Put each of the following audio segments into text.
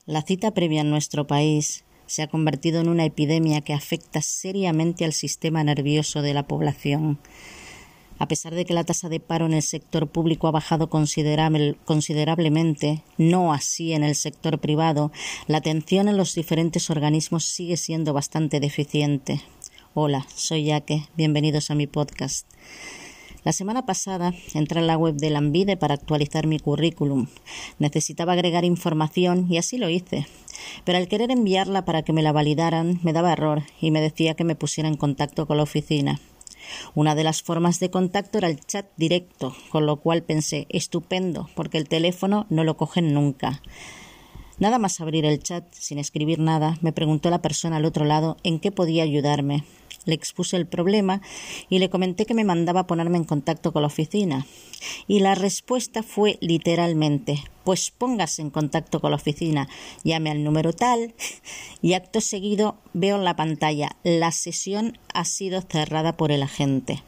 La cita previa en nuestro país se ha convertido en una epidemia que afecta seriamente al sistema nervioso de la población. A pesar de que la tasa de paro en el sector público ha bajado considerablemente, no así en el sector privado, la atención en los diferentes organismos sigue siendo bastante deficiente. Hola, soy Yaque, bienvenidos a mi podcast. La semana pasada entré en la web de Lanbide para actualizar mi currículum. Necesitaba agregar información y así lo hice. Pero al querer enviarla para que me la validaran, me daba error y me decía que me pusiera en contacto con la oficina. Una de las formas de contacto era el chat directo, con lo cual pensé, estupendo, porque el teléfono no lo cogen nunca. Nada más abrir el chat, sin escribir nada, me preguntó la persona al otro lado en qué podía ayudarme. Le expuse el problema y le comenté que me mandaba a ponerme en contacto con la oficina. Y la respuesta fue literalmente, pues póngase en contacto con la oficina, llame al número tal, y acto seguido veo en la pantalla, la sesión ha sido cerrada por el agente.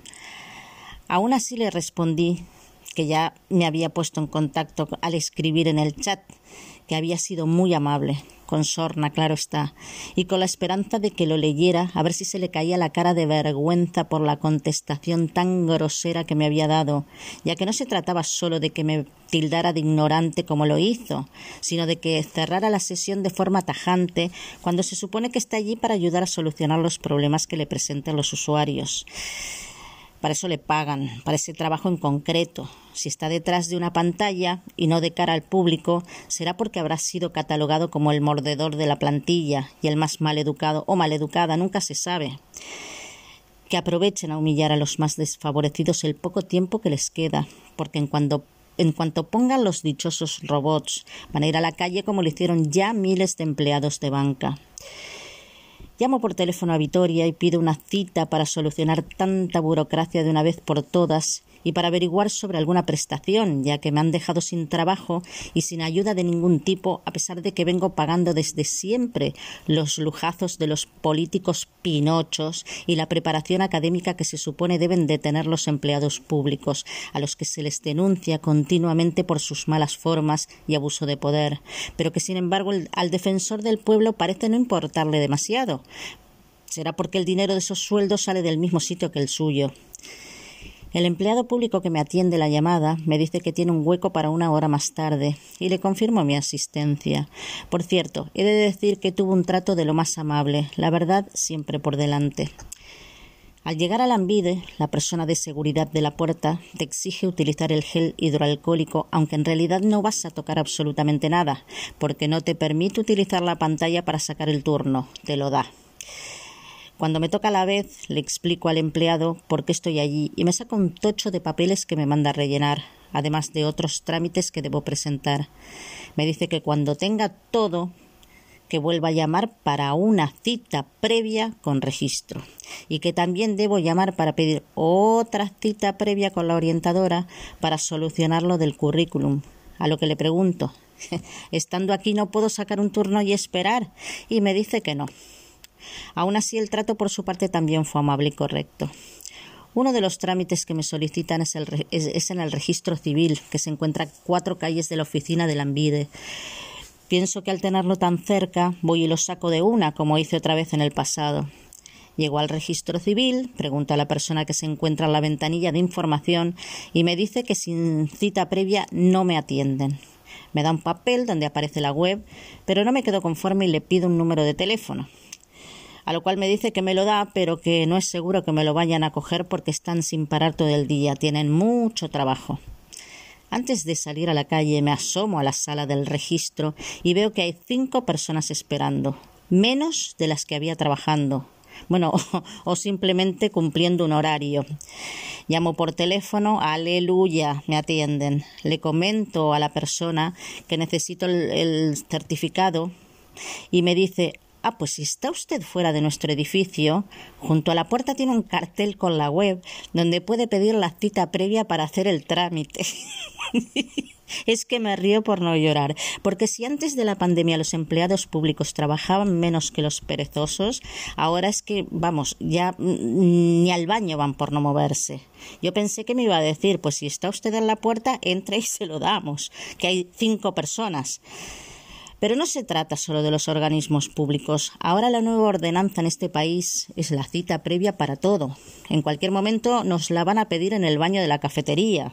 Aún así le respondí que ya me había puesto en contacto al escribir en el chat, que había sido muy amable, con sorna, claro está, y con la esperanza de que lo leyera, a ver si se le caía la cara de vergüenza por la contestación tan grosera que me había dado, ya que no se trataba solo de que me tildara de ignorante como lo hizo, sino de que cerrara la sesión de forma tajante cuando se supone que está allí para ayudar a solucionar los problemas que le presentan los usuarios. Para eso le pagan, para ese trabajo en concreto. Si está detrás de una pantalla y no de cara al público, será porque habrá sido catalogado como el mordedor de la plantilla y el más maleducado o maleducada, nunca se sabe. Que aprovechen a humillar a los más desfavorecidos el poco tiempo que les queda, porque en cuanto pongan los dichosos robots, van a ir a la calle como lo hicieron ya miles de empleados de banca. Llamo por teléfono a Vitoria y pido una cita para solucionar tanta burocracia de una vez por todas y para averiguar sobre alguna prestación, ya que me han dejado sin trabajo y sin ayuda de ningún tipo, a pesar de que vengo pagando desde siempre los lujazos de los políticos pinochos y la preparación académica que se supone deben de tener los empleados públicos, a los que se les denuncia continuamente por sus malas formas y abuso de poder, pero que sin embargo al defensor del pueblo parece no importarle demasiado. Será porque el dinero de esos sueldos sale del mismo sitio que el suyo. El empleado público que me atiende la llamada me dice que tiene un hueco para 1 hora más tarde y le confirmo mi asistencia. Por cierto, he de decir que tuvo un trato de lo más amable, la verdad siempre por delante. Al llegar a Lanbide, la persona de seguridad de la puerta te exige utilizar el gel hidroalcohólico, aunque en realidad no vas a tocar absolutamente nada, porque no te permite utilizar la pantalla para sacar el turno, te lo da. Cuando me toca la vez, le explico al empleado por qué estoy allí y me saca un tocho de papeles que me manda a rellenar, además de otros trámites que debo presentar. Me dice que cuando tenga todo, que vuelva a llamar para una cita previa con registro y que también debo llamar para pedir otra cita previa con la orientadora para solucionar lo del currículum. A lo que le pregunto, estando aquí no puedo sacar un turno y esperar, y me dice que no. Aún así, el trato por su parte también fue amable y correcto. Uno de los trámites que me solicitan es en el registro civil, que se encuentra a 4 calles de la oficina de Lanbide. Pienso que al tenerlo tan cerca, voy y lo saco de una, como hice otra vez en el pasado. Llego al registro civil, pregunto a la persona que se encuentra en la ventanilla de información y me dice que sin cita previa no me atienden. Me da un papel donde aparece la web, pero no me quedo conforme y le pido un número de teléfono. A lo cual me dice que me lo da, pero que no es seguro que me lo vayan a coger porque están sin parar todo el día, tienen mucho trabajo. Antes de salir a la calle me asomo a la sala del registro y veo que hay 5 personas esperando, menos de las que había trabajando. Bueno, o simplemente cumpliendo un horario. Llamo por teléfono, aleluya, me atienden. Le comento a la persona que necesito el certificado y me dice: pues si está usted fuera de nuestro edificio, junto a la puerta tiene un cartel con la web donde puede pedir la cita previa para hacer el trámite. Es que me río por no llorar, porque si antes de la pandemia los empleados públicos trabajaban menos que los perezosos, ahora es que, vamos, ya ni al baño van por no moverse. Yo pensé que me iba a decir, pues si está usted en la puerta, entra y se lo damos, que hay 5 personas. Pero no se trata solo de los organismos públicos. Ahora la nueva ordenanza en este país es la cita previa para todo. En cualquier momento nos la van a pedir en el baño de la cafetería.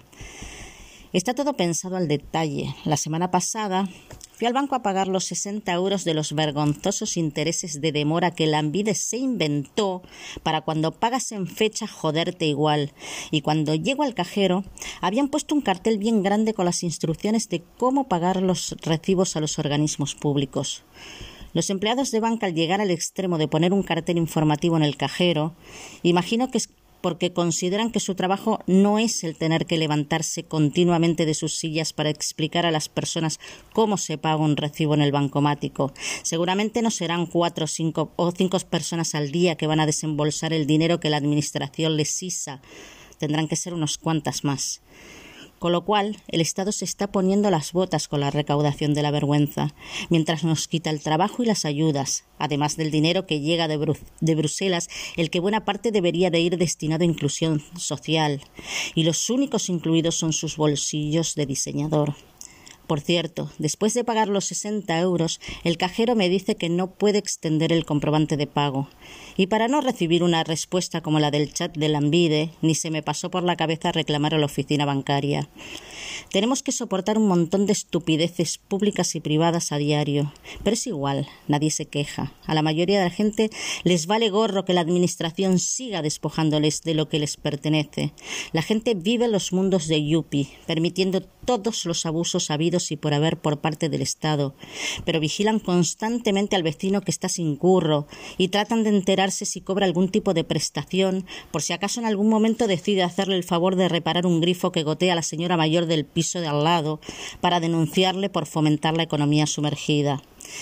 Está todo pensado al detalle. La semana pasada fui al banco a pagar los 60 euros de los vergonzosos intereses de demora que Lanbide se inventó para cuando pagas en fecha joderte igual. Y cuando llego al cajero, habían puesto un cartel bien grande con las instrucciones de cómo pagar los recibos a los organismos públicos. Los empleados de banca, al llegar al extremo de poner un cartel informativo en el cajero, imagino que es porque consideran que su trabajo no es el tener que levantarse continuamente de sus sillas para explicar a las personas cómo se paga un recibo en el bancomático. Seguramente no serán 4 o 5 personas al día que van a desembolsar el dinero que la administración les sisa. Tendrán que ser unos cuantas más. Con lo cual, el Estado se está poniendo las botas con la recaudación de la vergüenza, mientras nos quita el trabajo y las ayudas, además del dinero que llega de Bruselas, el que buena parte debería de ir destinado a inclusión social, y los únicos incluidos son sus bolsillos de diseñador. Por cierto, después de pagar los 60 euros, el cajero me dice que no puede extender el comprobante de pago. Y para no recibir una respuesta como la del chat de Lanbide, ni se me pasó por la cabeza reclamar a la oficina bancaria. Tenemos que soportar un montón de estupideces públicas y privadas a diario. Pero es igual, nadie se queja. A la mayoría de la gente les vale gorro que la administración siga despojándoles de lo que les pertenece. La gente vive los mundos de Yuppie, permitiendo todos los abusos habidos y por haber por parte del Estado, pero vigilan constantemente al vecino que está sin curro y tratan de enterarse si cobra algún tipo de prestación, por si acaso en algún momento decide hacerle el favor de reparar un grifo que gotea a la señora mayor del piso de al lado para denunciarle por fomentar la economía sumergida.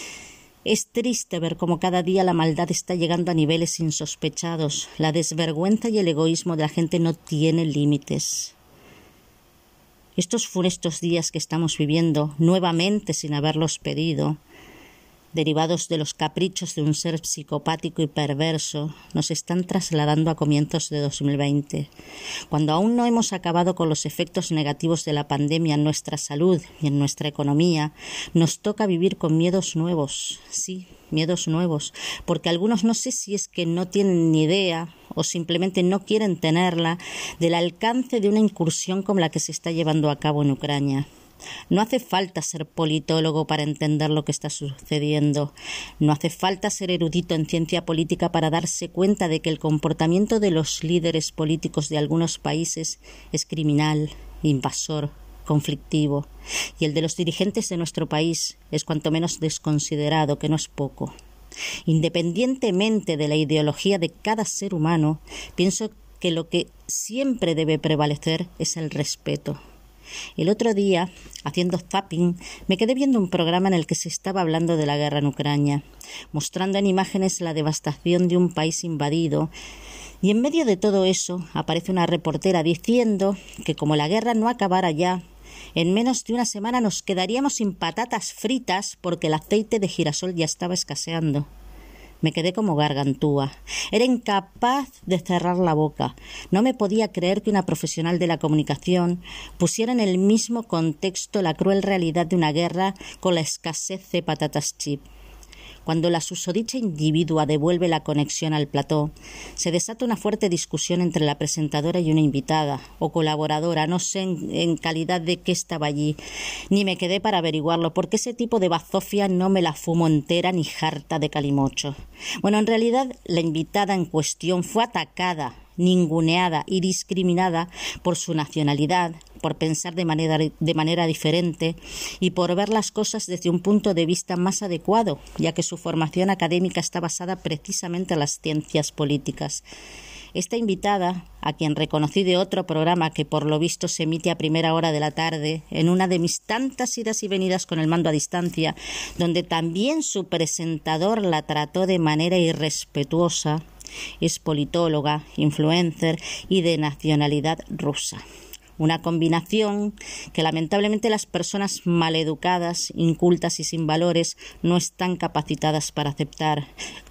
Es triste ver cómo cada día la maldad está llegando a niveles insospechados. La desvergüenza y el egoísmo de la gente no tienen límites. Estos funestos días que estamos viviendo, nuevamente sin haberlos pedido, derivados de los caprichos de un ser psicopático y perverso, nos están trasladando a comienzos de 2020, cuando aún no hemos acabado con los efectos negativos de la pandemia en nuestra salud y en nuestra economía. Nos toca vivir con miedos nuevos, sí, miedos nuevos, porque algunos no sé si es que no tienen ni idea o simplemente no quieren tenerla del alcance de una incursión como la que se está llevando a cabo en Ucrania. No hace falta ser politólogo para entender lo que está sucediendo. No hace falta ser erudito en ciencia política para darse cuenta de que el comportamiento de los líderes políticos de algunos países es criminal, invasor, conflictivo, y el de los dirigentes de nuestro país es cuanto menos desconsiderado, que no es poco. Independientemente de la ideología de cada ser humano, pienso que lo que siempre debe prevalecer es el respeto. El otro día, haciendo zapping, me quedé viendo un programa en el que se estaba hablando de la guerra en Ucrania, mostrando en imágenes la devastación de un país invadido, y en medio de todo eso aparece una reportera diciendo que como la guerra no acabara ya, en menos de una semana nos quedaríamos sin patatas fritas porque el aceite de girasol ya estaba escaseando. Me quedé como gargantúa. Era incapaz de cerrar la boca. No me podía creer que una profesional de la comunicación pusiera en el mismo contexto la cruel realidad de una guerra con la escasez de patatas chip. Cuando la susodicha individua devuelve la conexión al plató, se desata una fuerte discusión entre la presentadora y una invitada o colaboradora, no sé en calidad de qué estaba allí, ni me quedé para averiguarlo, porque ese tipo de bazofia no me la fumo entera ni jarta de calimocho. Bueno, en realidad la invitada en cuestión fue atacada, ninguneada y discriminada por su nacionalidad, por pensar de manera diferente y por ver las cosas desde un punto de vista más adecuado, ya que su formación académica está basada precisamente en las ciencias políticas. Esta invitada, a quien reconocí de otro programa que por lo visto se emite a primera hora de la tarde, en una de mis tantas idas y venidas con el mando a distancia, donde también su presentador la trató de manera irrespetuosa, es politóloga, influencer y de nacionalidad rusa. Una combinación que lamentablemente las personas maleducadas, incultas y sin valores no están capacitadas para aceptar.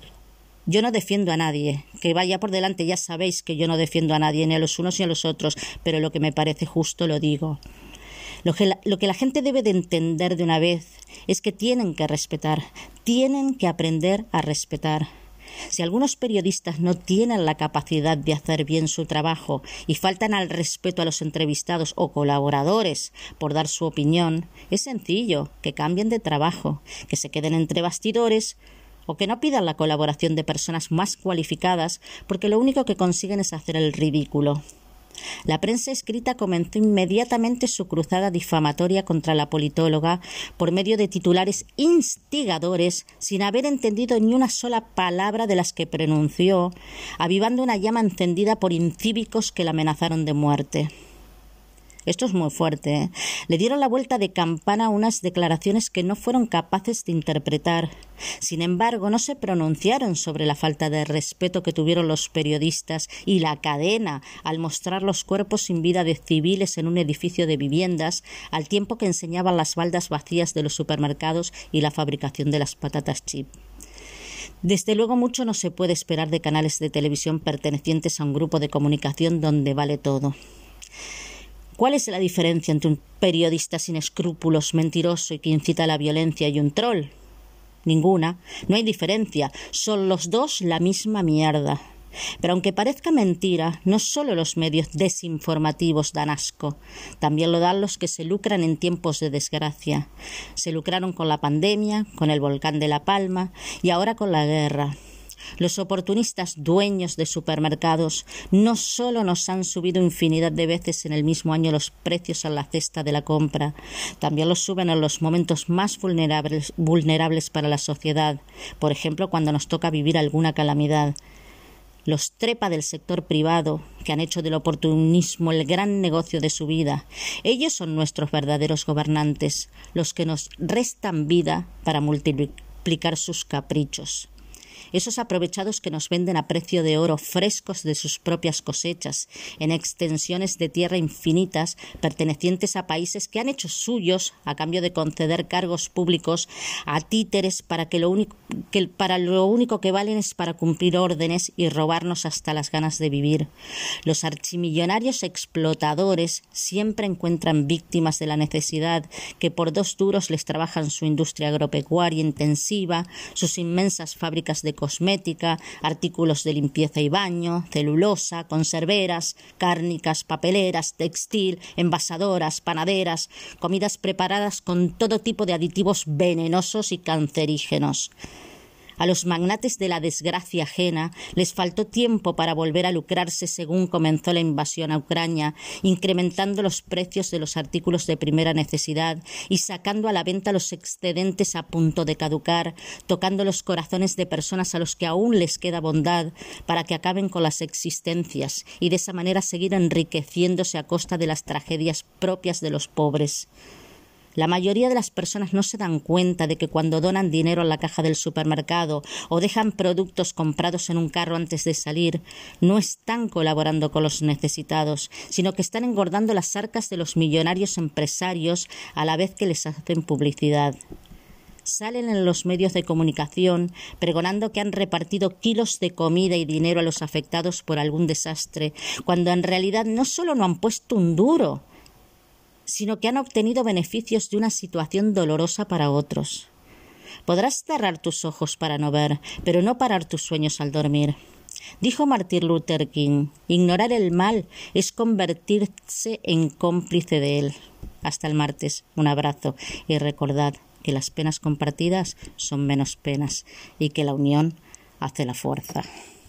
Yo no defiendo a nadie, que vaya por delante, ya sabéis que yo no defiendo a nadie, ni a los unos ni a los otros, pero lo que me parece justo lo digo. Lo que la gente debe de entender de una vez es que tienen que respetar, tienen que aprender a respetar. Si algunos periodistas no tienen la capacidad de hacer bien su trabajo y faltan al respeto a los entrevistados o colaboradores por dar su opinión, es sencillo, que cambien de trabajo, que se queden entre bastidores o que no pidan la colaboración de personas más cualificadas, porque lo único que consiguen es hacer el ridículo. La prensa escrita comenzó inmediatamente su cruzada difamatoria contra la politóloga por medio de titulares instigadores sin haber entendido ni una sola palabra de las que pronunció, avivando una llama encendida por incívicos que la amenazaron de muerte. Esto es muy fuerte, ¿eh? Le dieron la vuelta de campana a unas declaraciones que no fueron capaces de interpretar. Sin embargo, no se pronunciaron sobre la falta de respeto que tuvieron los periodistas y la cadena al mostrar los cuerpos sin vida de civiles en un edificio de viviendas, al tiempo que enseñaban las baldas vacías de los supermercados y la fabricación de las patatas chip. Desde luego mucho no se puede esperar de canales de televisión pertenecientes a un grupo de comunicación donde vale todo. ¿Cuál es la diferencia entre un periodista sin escrúpulos, mentiroso y que incita a la violencia y un troll? Ninguna. No hay diferencia. Son los dos la misma mierda. Pero aunque parezca mentira, no solo los medios desinformativos dan asco, también lo dan los que se lucran en tiempos de desgracia. Se lucraron con la pandemia, con el volcán de La Palma y ahora con la guerra. Los oportunistas dueños de supermercados no solo nos han subido infinidad de veces en el mismo año los precios en la cesta de la compra, también los suben en los momentos más vulnerables para la sociedad, por ejemplo cuando nos toca vivir alguna calamidad. Los trepa del sector privado, que han hecho del oportunismo el gran negocio de su vida. Ellos son nuestros verdaderos gobernantes, los que nos restan vida para multiplicar sus caprichos. Esos aprovechados que nos venden a precio de oro frescos de sus propias cosechas, en extensiones de tierra infinitas pertenecientes a países que han hecho suyos a cambio de conceder cargos públicos a títeres para lo único que valen es para cumplir órdenes y robarnos hasta las ganas de vivir. Los archimillonarios explotadores siempre encuentran víctimas de la necesidad que por 2 duros les trabajan su industria agropecuaria intensiva, sus inmensas fábricas de cosmética, artículos de limpieza y baño, celulosa, conserveras, cárnicas, papeleras, textil, envasadoras, panaderas, comidas preparadas con todo tipo de aditivos venenosos y cancerígenos. A los magnates de la desgracia ajena les faltó tiempo para volver a lucrarse según comenzó la invasión a Ucrania, incrementando los precios de los artículos de primera necesidad y sacando a la venta los excedentes a punto de caducar, tocando los corazones de personas a los que aún les queda bondad para que acaben con las existencias y de esa manera seguir enriqueciéndose a costa de las tragedias propias de los pobres. La mayoría de las personas no se dan cuenta de que cuando donan dinero a la caja del supermercado o dejan productos comprados en un carro antes de salir, no están colaborando con los necesitados, sino que están engordando las arcas de los millonarios empresarios a la vez que les hacen publicidad. Salen en los medios de comunicación pregonando que han repartido kilos de comida y dinero a los afectados por algún desastre, cuando en realidad no solo no han puesto un duro, sino que han obtenido beneficios de una situación dolorosa para otros. Podrás cerrar tus ojos para no ver, pero no parar tus sueños al dormir. Dijo Martin Luther King, ignorar el mal es convertirse en cómplice de él. Hasta el martes, un abrazo y recordad que las penas compartidas son menos penas y que la unión hace la fuerza.